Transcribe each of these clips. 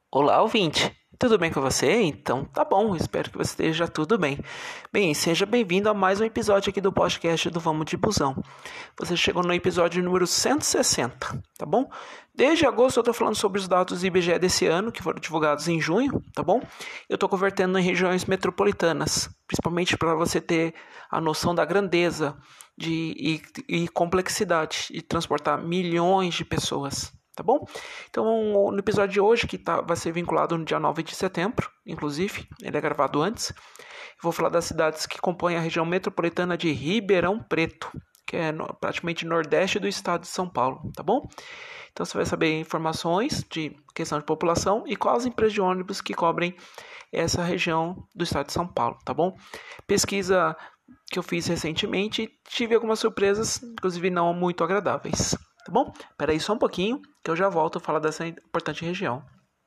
Olá, ouvinte! Tudo bem com você? Então tá bom, espero que você esteja tudo bem. Bem, seja bem-vindo a mais um episódio aqui do podcast do Vamos de Busão. Você chegou no episódio número 160, tá bom? Desde agosto eu tô falando sobre os dados do IBGE desse ano, que foram divulgados em junho, tá bom? Eu tô convertendo em regiões metropolitanas, principalmente para você ter a noção da grandeza e complexidade de transportar milhões de pessoas. Tá bom? Então, no episódio de hoje, que vai ser vinculado no dia 9 de setembro, inclusive, ele é gravado antes, eu vou falar das cidades que compõem a região metropolitana de Ribeirão Preto, que é praticamente nordeste do estado de São Paulo, tá bom? Então, você vai saber informações de questão de população e quais empresas de ônibus que cobrem essa região do estado de São Paulo, tá bom? Pesquisa que eu fiz recentemente, tive algumas surpresas, inclusive não muito agradáveis. Tá bom? Espera aí só um pouquinho que eu já volto a falar dessa importante região.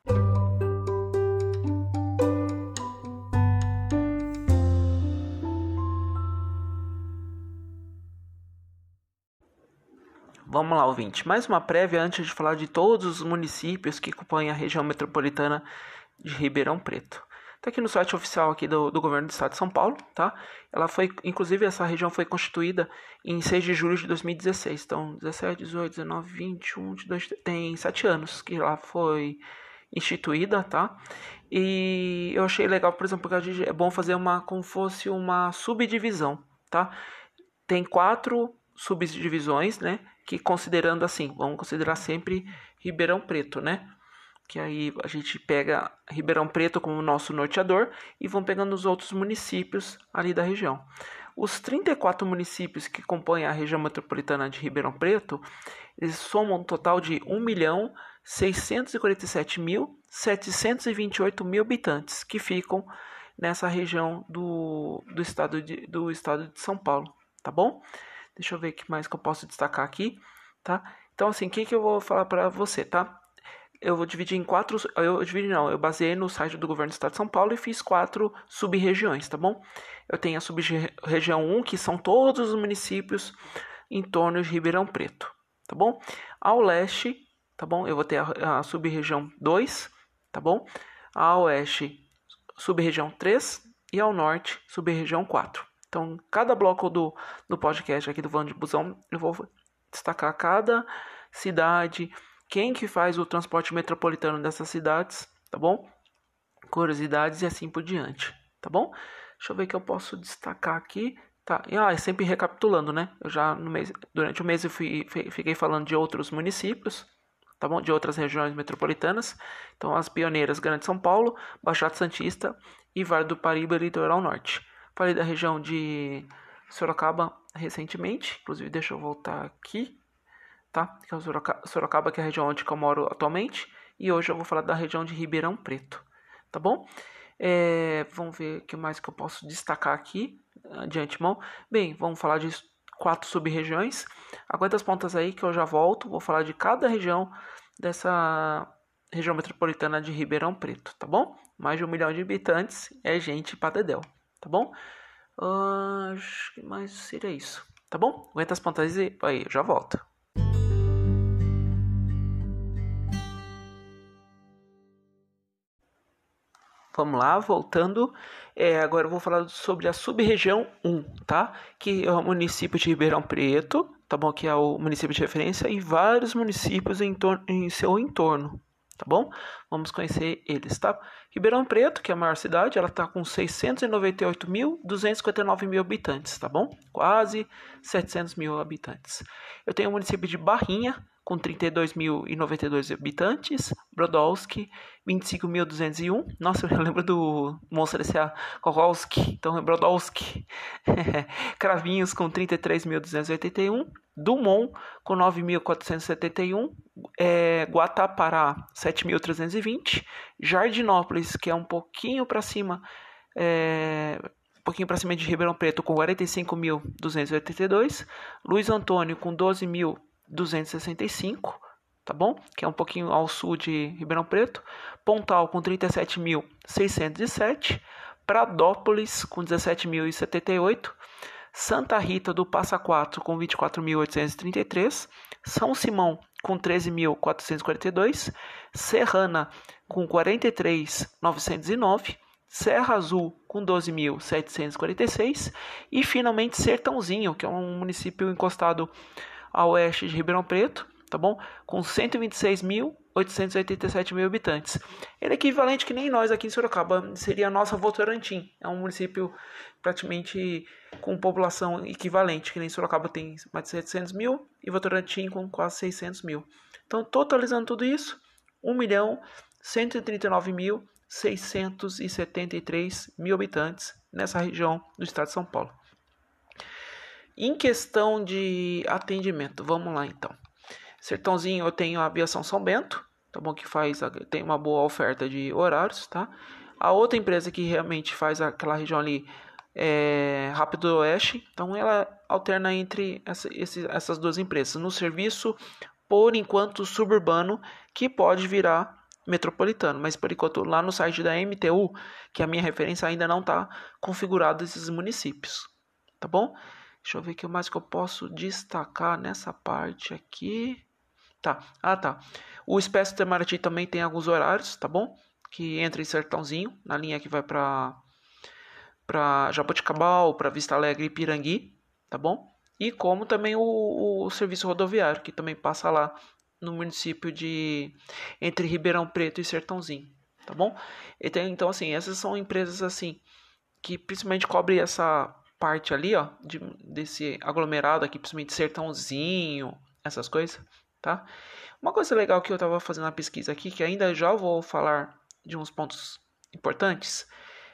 Vamos lá, ouvinte. Mais uma prévia antes de falar de todos os municípios que compõem a região metropolitana de Ribeirão Preto. Está aqui no site oficial aqui do governo do estado de São Paulo, tá? Inclusive essa região foi constituída em 6 de julho de 2016. Então, 17, 18, 19, 21, 22, tem 7 anos que ela foi instituída, tá? E eu achei legal, por exemplo, que é bom fazer como fosse uma subdivisão, tá? Tem 4 subdivisões, né? Que considerando assim, vamos considerar sempre Ribeirão Preto, né? Que aí a gente pega Ribeirão Preto como nosso norteador e vão pegando os outros municípios ali da região. Os 34 municípios que compõem a região metropolitana de Ribeirão Preto, eles somam um total de 1.647.728 habitantes que ficam nessa região do estado de São Paulo, tá bom? Deixa eu ver o que mais que eu posso destacar aqui, tá? Então, assim, o que eu vou falar para você, tá? Eu vou dividir em 4. Eu baseei no site do governo do estado de São Paulo e fiz 4 sub-regiões, tá bom? Eu tenho a sub-região 1, que são todos os municípios em torno de Ribeirão Preto, tá bom? Ao leste, tá bom? Eu vou ter a sub-região 2, tá bom? Ao oeste, sub-região 3 e ao norte, sub-região 4. Então, cada bloco do podcast aqui do Vamos de Busão, eu vou destacar cada cidade, quem que faz o transporte metropolitano dessas cidades, tá bom? Curiosidades e assim por diante, tá bom? Deixa eu ver o que eu posso destacar aqui. Tá, sempre recapitulando, né? Durante o mês eu fiquei falando de outros municípios, tá bom? De outras regiões metropolitanas. Então, as pioneiras Grande São Paulo, Baixada Santista e Vale do Paraíba, Litoral Norte. Falei da região de Sorocaba recentemente, inclusive deixa eu voltar aqui. Tá? Que é Sorocaba, que é a região onde eu moro atualmente. E hoje eu vou falar da região de Ribeirão Preto. Tá bom? Vamos ver o que mais que eu posso destacar aqui de antemão. Bem, vamos falar de 4 sub-regiões. Aguenta as pontas aí que eu já volto. Vou falar de cada região dessa região metropolitana de Ribeirão Preto. Tá bom? Mais de 1 milhão de habitantes é gente pra dedéu. Tá bom? Acho que mais seria isso. Tá bom? Aguenta as pontas aí, eu já volto. Vamos lá, voltando. Agora eu vou falar sobre a sub-região 1, tá? Que é o município de Ribeirão Preto, tá bom? Que é o município de referência e vários municípios em seu entorno, tá bom? Vamos conhecer eles, tá? Ribeirão Preto, que é a maior cidade, ela tá com 698.259 habitantes, tá bom? Quase 700 mil habitantes. Eu tenho o município de Barrinha, com 32.092 habitantes, Brodowski, 25.201, nossa, eu lembro do monstro S.A. Kowalski, então é Brodowski, Cravinhos com 33.281, Dumont com 9.471, Guatapará 7.320, Jardinópolis, que é um pouquinho para cima, de Ribeirão Preto, com 45.282, Luiz Antônio com 12.265, tá bom? Que é um pouquinho ao sul de Ribeirão Preto. Pontal com 37.607, Pradópolis com 17.078, Santa Rita do Passa Quatro com 24.833, São Simão com 13.442, Serrana com 43.909, Serra Azul com 12.746 e finalmente Sertãozinho, que é um município encostado a oeste de Ribeirão Preto, tá bom? Com 126.887 mil habitantes. Ele é equivalente que nem nós aqui em Sorocaba, seria a nossa Votorantim. É um município praticamente com população equivalente, que nem Sorocaba tem mais de 700 mil e Votorantim com quase 600 mil. Então, totalizando tudo isso, 1.139.673 mil habitantes nessa região do estado de São Paulo. Em questão de atendimento, vamos lá então. Sertãozinho, eu tenho a Aviação São Bento, tá bom? Que tem uma boa oferta de horários, tá? A outra empresa que realmente faz aquela região ali é Rápido Oeste, então ela alterna entre essas duas empresas no serviço, por enquanto suburbano, que pode virar metropolitano, mas por enquanto lá no site da MTU, que é a minha referência, ainda não está configurado esses municípios, tá bom? Deixa eu ver o que mais que eu posso destacar nessa parte aqui. Tá. O Expresso Itamaraty também tem alguns horários, tá bom? Que entra em Sertãozinho, na linha que vai para Jaboticabal, para Vista Alegre e Pirangui, tá bom? E como também o serviço rodoviário, que também passa lá no município entre Ribeirão Preto e Sertãozinho, tá bom? Então, assim, essas são empresas, assim, que principalmente cobrem essa parte ali, ó, desse aglomerado aqui, principalmente Sertãozinho, essas coisas, tá? Uma coisa legal que eu estava fazendo uma pesquisa aqui, que ainda já vou falar de uns pontos importantes,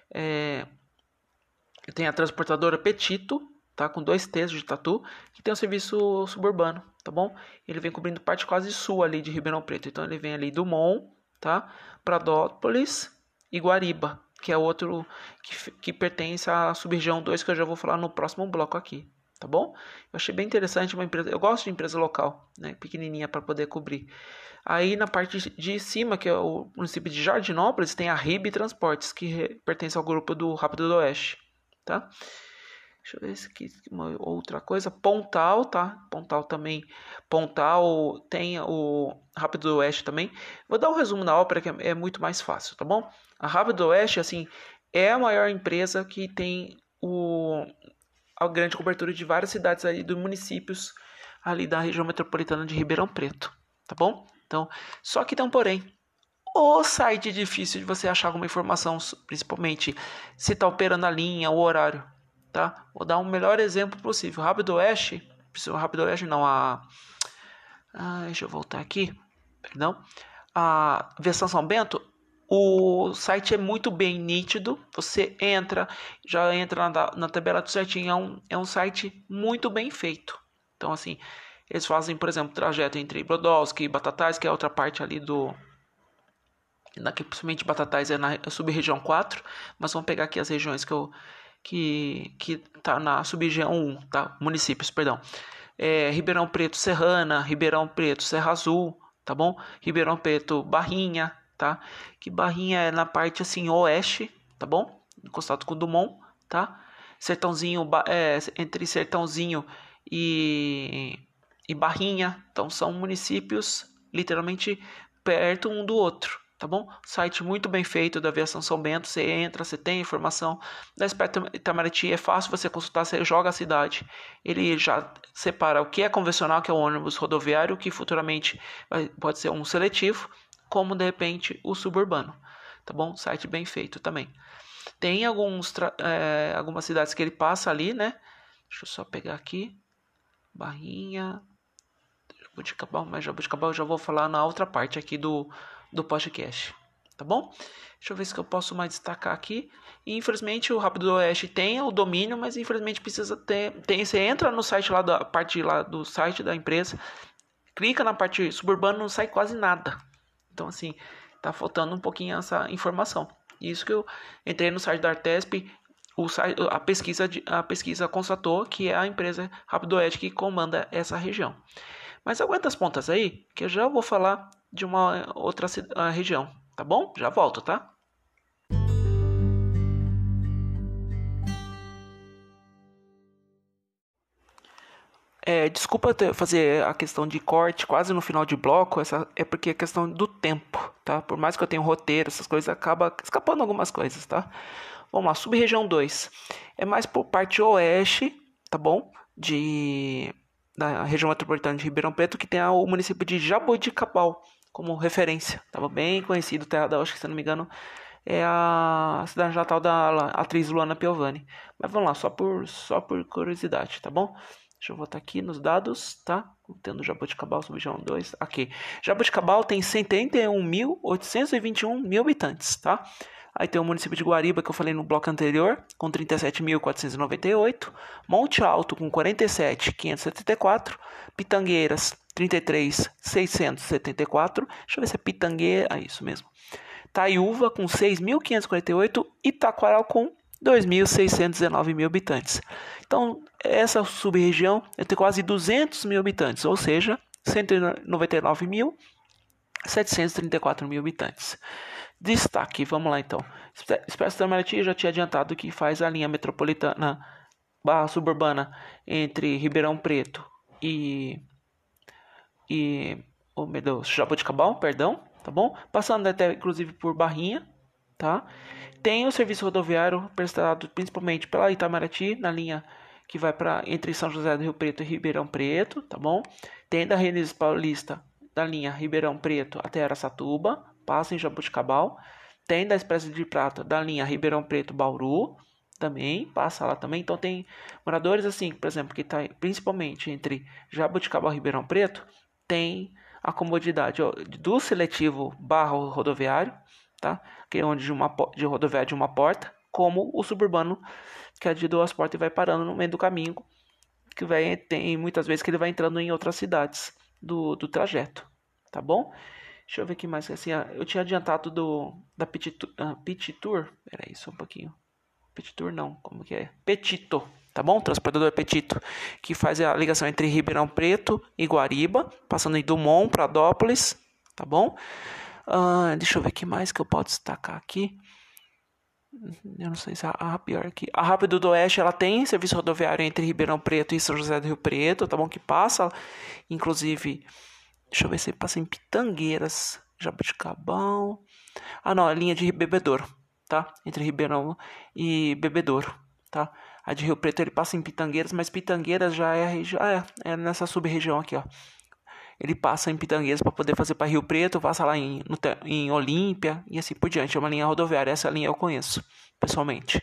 tem a transportadora Petito, tá? Com 2 T's de Tatu, que tem um serviço suburbano, tá bom? Ele vem cobrindo parte quase sul ali de Ribeirão Preto, então ele vem ali do Mon, tá? Pradópolis e Guariba, que é outro que pertence à sub-região 2, que eu já vou falar no próximo bloco aqui, tá bom? Eu achei bem interessante uma empresa, eu gosto de empresa local, né, pequenininha para poder cobrir. Aí na parte de cima, que é o município de Jardinópolis, tem a RIB Transportes, que pertence ao grupo do Rápido do Oeste, tá? Deixa eu ver se aqui uma outra coisa. Pontal, tá? Pontal também. Pontal tem o Rápido do Oeste também. Vou dar um resumo na ópera que é muito mais fácil, tá bom? A Rápido do Oeste, assim, é a maior empresa que tem a grande cobertura de várias cidades ali dos municípios ali da região metropolitana de Ribeirão Preto, tá bom? Então, só que tem um porém. O site é difícil de você achar alguma informação, principalmente se está operando a linha, o horário, tá? Vou dar um melhor exemplo possível. Rápido Oeste não, deixa eu voltar aqui, perdão. A versão São Bento, o site é muito bem nítido, você já entra na tabela tudo certinho, é um site muito bem feito. Então, assim, eles fazem, por exemplo, trajeto entre Brodowski e Batatais, que é a outra parte ali principalmente Batatais é na sub-região 4, mas vamos pegar aqui as regiões que tá na sub-região 1, tá? Municípios, perdão. Ribeirão Preto, Serrana, Ribeirão Preto, Serra Azul, tá bom? Ribeirão Preto, Barrinha, tá? Que Barrinha é na parte assim oeste, tá bom? Encostado com o Dumont, tá? Sertãozinho, entre Sertãozinho e Barrinha, então são municípios literalmente perto um do outro, tá bom? Site muito bem feito da Aviação São Bento, você entra, você tem informação. Da Expresso Itamaraty é fácil você consultar, você joga a cidade, ele já separa o que é convencional, que é o ônibus rodoviário, que futuramente pode ser um seletivo, como de repente o suburbano, tá bom? Site bem feito também. Tem algumas cidades que ele passa ali, né? Deixa eu só pegar aqui. Barrinha, Jaboticabal, mas Jaboticabal eu já vou falar na outra parte aqui do podcast, tá bom? Deixa eu ver se eu posso mais destacar aqui. E, infelizmente o Rápido Oeste tem o domínio, mas infelizmente precisa ter. Você entra no site lá da parte lá do site da empresa, clica na parte suburbana, não sai quase nada. Então, assim, tá faltando um pouquinho essa informação. Isso que eu entrei no site da Artesp, a pesquisa constatou que é a empresa Rápido Oeste que comanda essa região. Mas aguenta as pontas aí, que eu já vou falar de uma outra região, tá bom? Já volto, tá? Desculpa fazer a questão de corte quase no final de bloco, essa é porque é questão do tempo, tá? Por mais que eu tenha um roteiro, essas coisas acaba escapando algumas coisas, tá? Vamos lá, sub-região 2. É mais por parte oeste, tá bom? Da região metropolitana de Ribeirão Preto, que tem o município de Jaboticabal como referência. Tava bem conhecido, acho que se não me engano, é a cidade natal da atriz Luana Piovani. Mas vamos lá, só por curiosidade, tá bom? Deixa eu voltar aqui nos dados, tá? Tendo Jaboticabal, sub-região 2. Aqui. Jaboticabal tem 71.821 mil habitantes, tá? Aí tem o município de Guariba, que eu falei no bloco anterior, com 37.498. Monte Alto, com 47.574. Pitangueiras, 33.674. Deixa eu ver se é Pitangueira. Isso mesmo. Taiúva, com 6.548. E Taquaral, com 2.619 mil habitantes. Então, essa sub-região tem quase 200 mil habitantes, ou seja, 199.734 mil habitantes. Destaque, vamos lá então. Expresso da Itamaraty, eu já tinha adiantado que faz a linha metropolitana barra suburbana entre Ribeirão Preto e oh meu Deus, Jaboticabal, perdão, tá bom? Passando até inclusive por Barrinha, tá? Tem o serviço rodoviário prestado principalmente pela Itamaraty, na linha que vai entre São José do Rio Preto e Ribeirão Preto, tá bom? Tem da Reniz Paulista, da linha Ribeirão Preto até Araçatuba, passa em Jaboticabal. Tem da Expresso de Prata, da linha Ribeirão Preto Bauru, também passa lá também. Então tem moradores assim, por exemplo, que está principalmente entre Jaboticabal e Ribeirão Preto, tem a comodidade do seletivo barra rodoviário, tá? Que é onde de rodoviária de uma porta, como o suburbano, que é de duas portas e vai parando no meio do caminho, que tem muitas vezes que ele vai entrando em outras cidades do trajeto, tá bom? Deixa eu ver aqui mais, assim, eu tinha adiantado da Petit Tour, peraí, só um pouquinho, Petit Tour não, como que é? Petito, tá bom? Transportador Petito, que faz a ligação entre Ribeirão Preto e Guariba, passando em Dumont, Pradópolis, tá bom? Deixa eu ver o que mais que eu posso destacar aqui. Eu não sei se a pior aqui. A Rápido do Oeste, ela tem serviço rodoviário entre Ribeirão Preto e São José do Rio Preto, tá bom? Que passa, inclusive, deixa eu ver se passa em Pitangueiras, Jaboticabal. Não, a linha de Bebedouro, tá? Entre Ribeirão e Bebedouro, tá? A de Rio Preto ele passa em Pitangueiras, mas Pitangueiras já é a região, é nessa sub-região aqui, ó. Ele passa em Pitangueiras para poder fazer para Rio Preto, passa lá em Olímpia e assim por diante. É uma linha rodoviária, essa linha eu conheço pessoalmente.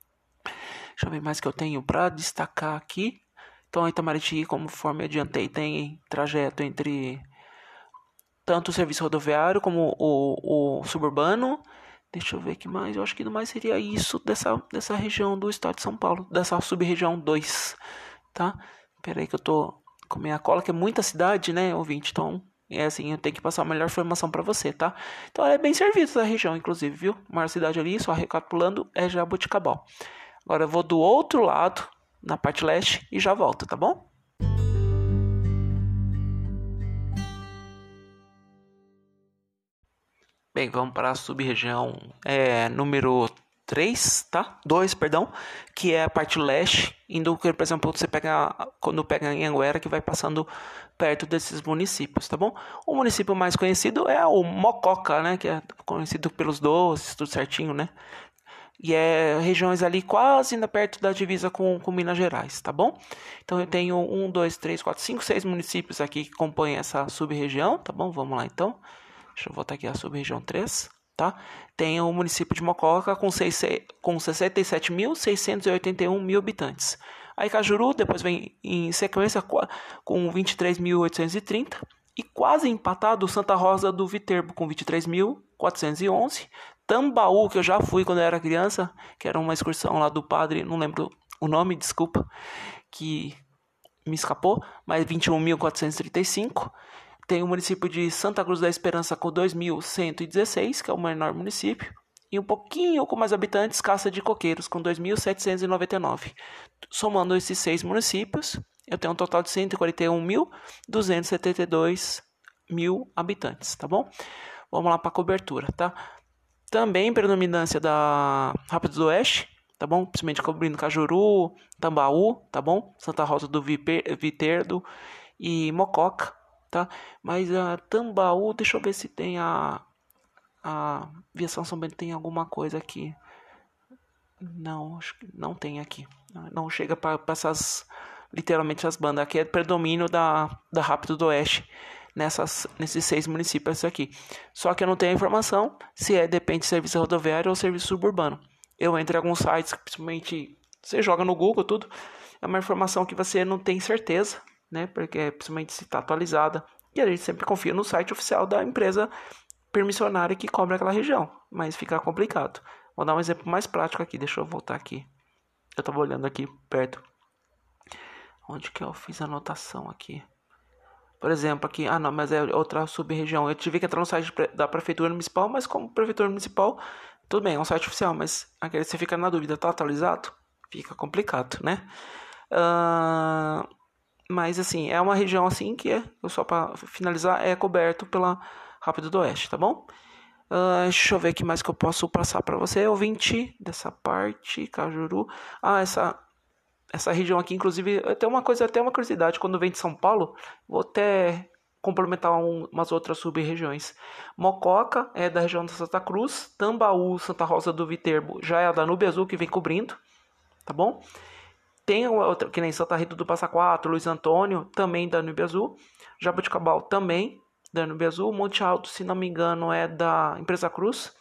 Deixa eu ver mais que eu tenho para destacar aqui. Então a Itamaraty, conforme eu adiantei, tem trajeto entre tanto o serviço rodoviário como o suburbano. Deixa eu ver aqui mais. Eu acho que no mais seria isso dessa região do estado de São Paulo, dessa sub-região 2, tá? Pera aí que eu tô com minha cola, que é muita cidade, né, ouvinte? Então, é assim, eu tenho que passar a melhor informação para você, tá? Então, é bem servido essa região, inclusive, viu? A maior cidade ali, só recapitulando, é Jaboticabal. Agora eu vou do outro lado, na parte leste, e já volto, tá bom? Bem, vamos para a sub-região número 3, tá? 2, perdão, que é a parte leste, indo, por exemplo, quando pega em Anguera, que vai passando perto desses municípios, tá bom? O município mais conhecido é o Mococa, né? Que é conhecido pelos doces, tudo certinho, né? E é regiões ali quase perto da divisa com Minas Gerais, tá bom? Então eu tenho 1, 2, 3, 4, 5, 6 municípios aqui que compõem essa sub-região, tá bom? Vamos lá então. Deixa eu voltar aqui a sub-região 3, tá? Tem o município de Mococa com 67.681 mil habitantes. Aí Cajuru depois vem em sequência com 23.830 e quase empatado Santa Rosa do Viterbo com 23.411. Tambaú, que eu já fui quando eu era criança, que era uma excursão lá do padre, não lembro o nome, desculpa, que me escapou, mas 21.435. Tem o município de Santa Cruz da Esperança com 2.116, que é o menor município. E um pouquinho com mais habitantes, Caça de Coqueiros, com 2.799. Somando esses 6 municípios, eu tenho um total de 141.272 mil habitantes, tá bom? Vamos lá para a cobertura, tá? Também predominância da Rápido do Oeste, tá bom? Principalmente cobrindo Cajuru, Tambaú, tá bom? Santa Rosa do Viterbo e Mococa, tá? Mas a Tambaú, deixa eu ver se tem a Viação São Bento tem alguma coisa aqui. Não, acho que não tem aqui. Não chega para essas, literalmente as bandas. Aqui é predomínio da Rápido do Oeste nesses 6 municípios aqui. Só que eu não tenho a informação se depende de serviço rodoviário ou serviço suburbano. Eu entro em alguns sites, principalmente você joga no Google tudo, é uma informação que você não tem certeza, né? Porque principalmente se está atualizada. E a gente sempre confia no site oficial da empresa permissionária que cobre aquela região, mas fica complicado. Vou dar um exemplo mais prático aqui, deixa eu voltar aqui. Eu estava olhando aqui perto. Onde que eu fiz a anotação aqui? Por exemplo, aqui, não, mas é outra sub-região. Eu tive que entrar no site da Prefeitura Municipal, mas como Prefeitura Municipal, tudo bem, é um site oficial, mas aqui você fica na dúvida, tá atualizado? Fica complicado, né? Mas assim, é uma região assim que só para finalizar, é coberto pela Rápido do Oeste, tá bom? Deixa eu ver o que mais que eu posso passar para você, ouvinte, dessa parte, Cajuru. Essa região aqui, inclusive, até uma curiosidade, quando vem de São Paulo, vou até complementar umas outras sub-regiões. Mococa é da região da Santa Cruz, Tambaú, Santa Rosa do Viterbo, já é a Danúbio Azul que vem cobrindo, tá bom? Tem outra, que nem Santa Rita do Passa Quatro, Luiz Antônio, também Danúbio Azul, Jaboticabal também Danúbio Azul, Monte Alto, se não me engano, é da Empresa Cruz,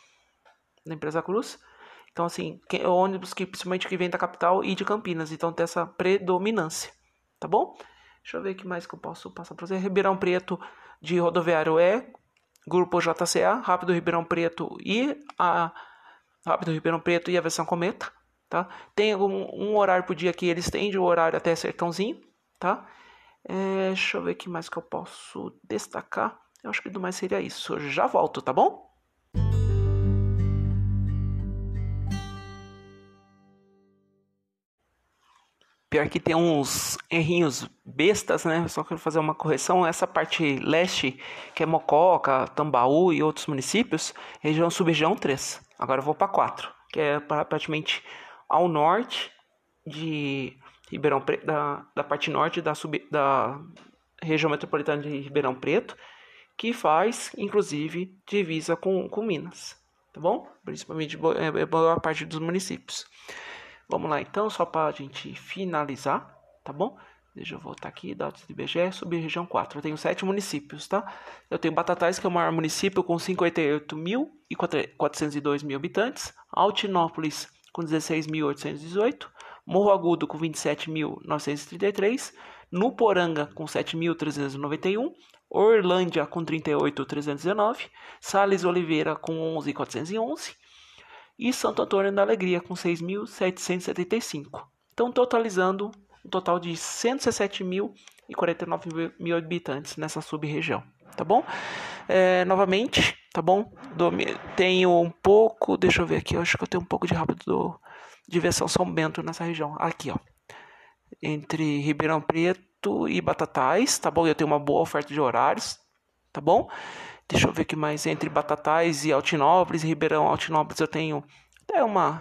Então, assim, ônibus que principalmente que vem da capital e de Campinas. Então, tem essa predominância. Tá bom? Deixa eu ver o que mais que eu posso passar para você. Ribeirão Preto de rodoviário Grupo JCA, Rápido Ribeirão Preto e a Aviação Cometa. Tá? Tem um horário por dia que eles estendem o horário até Sertãozinho. Tá? Deixa eu ver o que mais que eu posso destacar. Eu acho que do mais seria isso. Eu já volto, tá bom? Pior que tem uns errinhos bestas, né? Só quero fazer uma correção. Essa parte leste, que é Mococa, Tambaú e outros municípios, região sub-região 3. Agora eu vou para 4, que é praticamente ao norte de Ribeirão Preto, da parte norte da região metropolitana de Ribeirão Preto, que faz, inclusive, divisa com Minas, tá bom? Principalmente boa parte dos municípios. Vamos lá, então, só para a gente finalizar, tá bom? Deixa eu voltar aqui, dados do IBGE, sub-região 4. Eu tenho 7 municípios, tá? Eu tenho Batatais, que é o maior município, com 58.402 mil habitantes. Altinópolis, com 16.818. Morro Agudo, com 27.933. Nuporanga, com 7.391. Orlândia, com 38.319. Sales Oliveira, com 11.411. E Santo Antônio da Alegria, com 6.775. Então, totalizando um total de 117.049 mil habitantes nessa sub-região, tá bom? Novamente, tá bom? Tenho um pouco, deixa eu ver aqui, eu acho que eu tenho um pouco de rápido de versão São Bento nessa região. Aqui, ó, entre Ribeirão Preto e Batatais, tá bom? Eu tenho uma boa oferta de horários, tá bom? Deixa eu ver aqui mais, entre Batatais e Altinópolis, Ribeirão Altinópolis eu tenho até uma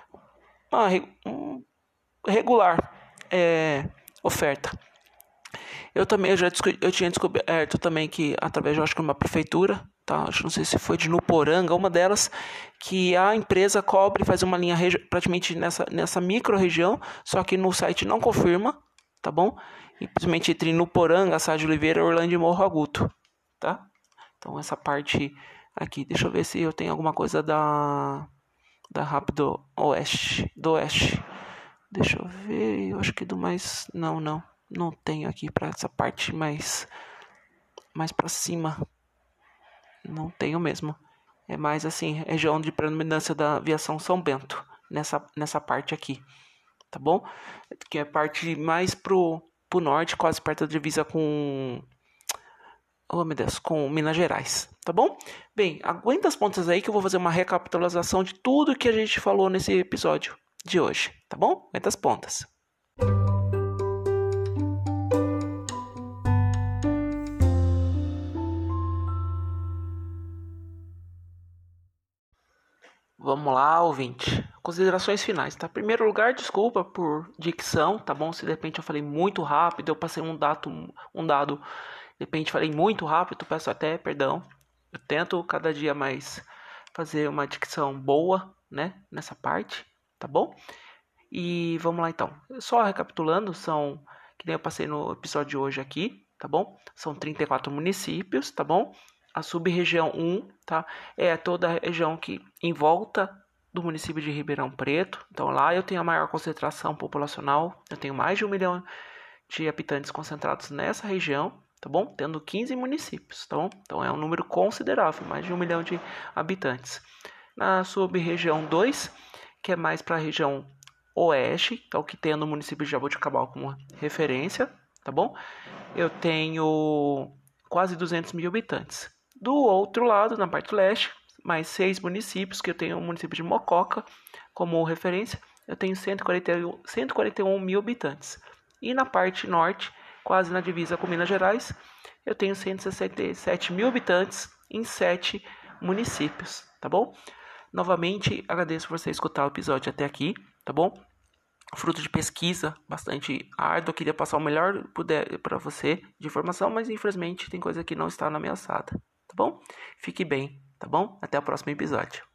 regular oferta. Eu tinha descoberto também que através de, acho que uma prefeitura, tá? Acho, não sei se foi de Nuporanga, uma delas, que a empresa cobre, faz uma linha praticamente nessa micro região, só que no site não confirma, tá bom? E principalmente entre Nuporanga, Sá de Oliveira, Orlândia e Morro Agudo, tá? Então essa parte aqui, deixa eu ver se eu tenho alguma coisa da Rápido do Oeste. Deixa eu ver, eu acho que do mais, não tenho aqui para essa parte mais para cima. Não tenho mesmo. É mais assim, região de predominância da aviação São Bento, nessa parte aqui. Tá bom? Que é parte mais pro norte, quase perto da divisa com com Minas Gerais, tá bom? Bem, aguenta as pontas aí que eu vou fazer uma recapitulação de tudo que a gente falou nesse episódio de hoje, tá bom? Aguenta as pontas. Vamos lá, ouvinte. Considerações finais, tá? Em primeiro lugar, desculpa por dicção, tá bom? Se de repente eu falei muito rápido, eu passei um dado, de repente falei muito rápido, peço até perdão. Eu tento cada dia mais fazer uma dicção boa, né? Nessa parte, tá bom? E vamos lá então. Só recapitulando, que nem eu passei no episódio de hoje aqui, tá bom? São 34 municípios, tá bom? A sub-região 1, tá? É toda a região que em volta do município de Ribeirão Preto. Então lá eu tenho a maior concentração populacional. Eu tenho mais de 1 milhão de habitantes concentrados nessa região, tá bom? Tendo 15 municípios, tá bom? Então é um número considerável, mais de 1 milhão de habitantes. Na sub-região 2, que é mais para a região oeste, que é o que tem no município de Jaboticabal como referência, tá bom? Eu tenho quase 200 mil habitantes. Do outro lado, na parte leste, mais 6 municípios, que eu tenho o município de Mococa como referência, eu tenho 141 mil habitantes. E na parte norte, quase na divisa com Minas Gerais, eu tenho 167 mil habitantes em 7 municípios, tá bom? Novamente, agradeço por você escutar o episódio até aqui, tá bom? Fruto de pesquisa bastante árdua, eu queria passar o melhor para você de informação, mas infelizmente tem coisa que não está na minha alçada, tá bom? Fique bem, tá bom? Até o próximo episódio.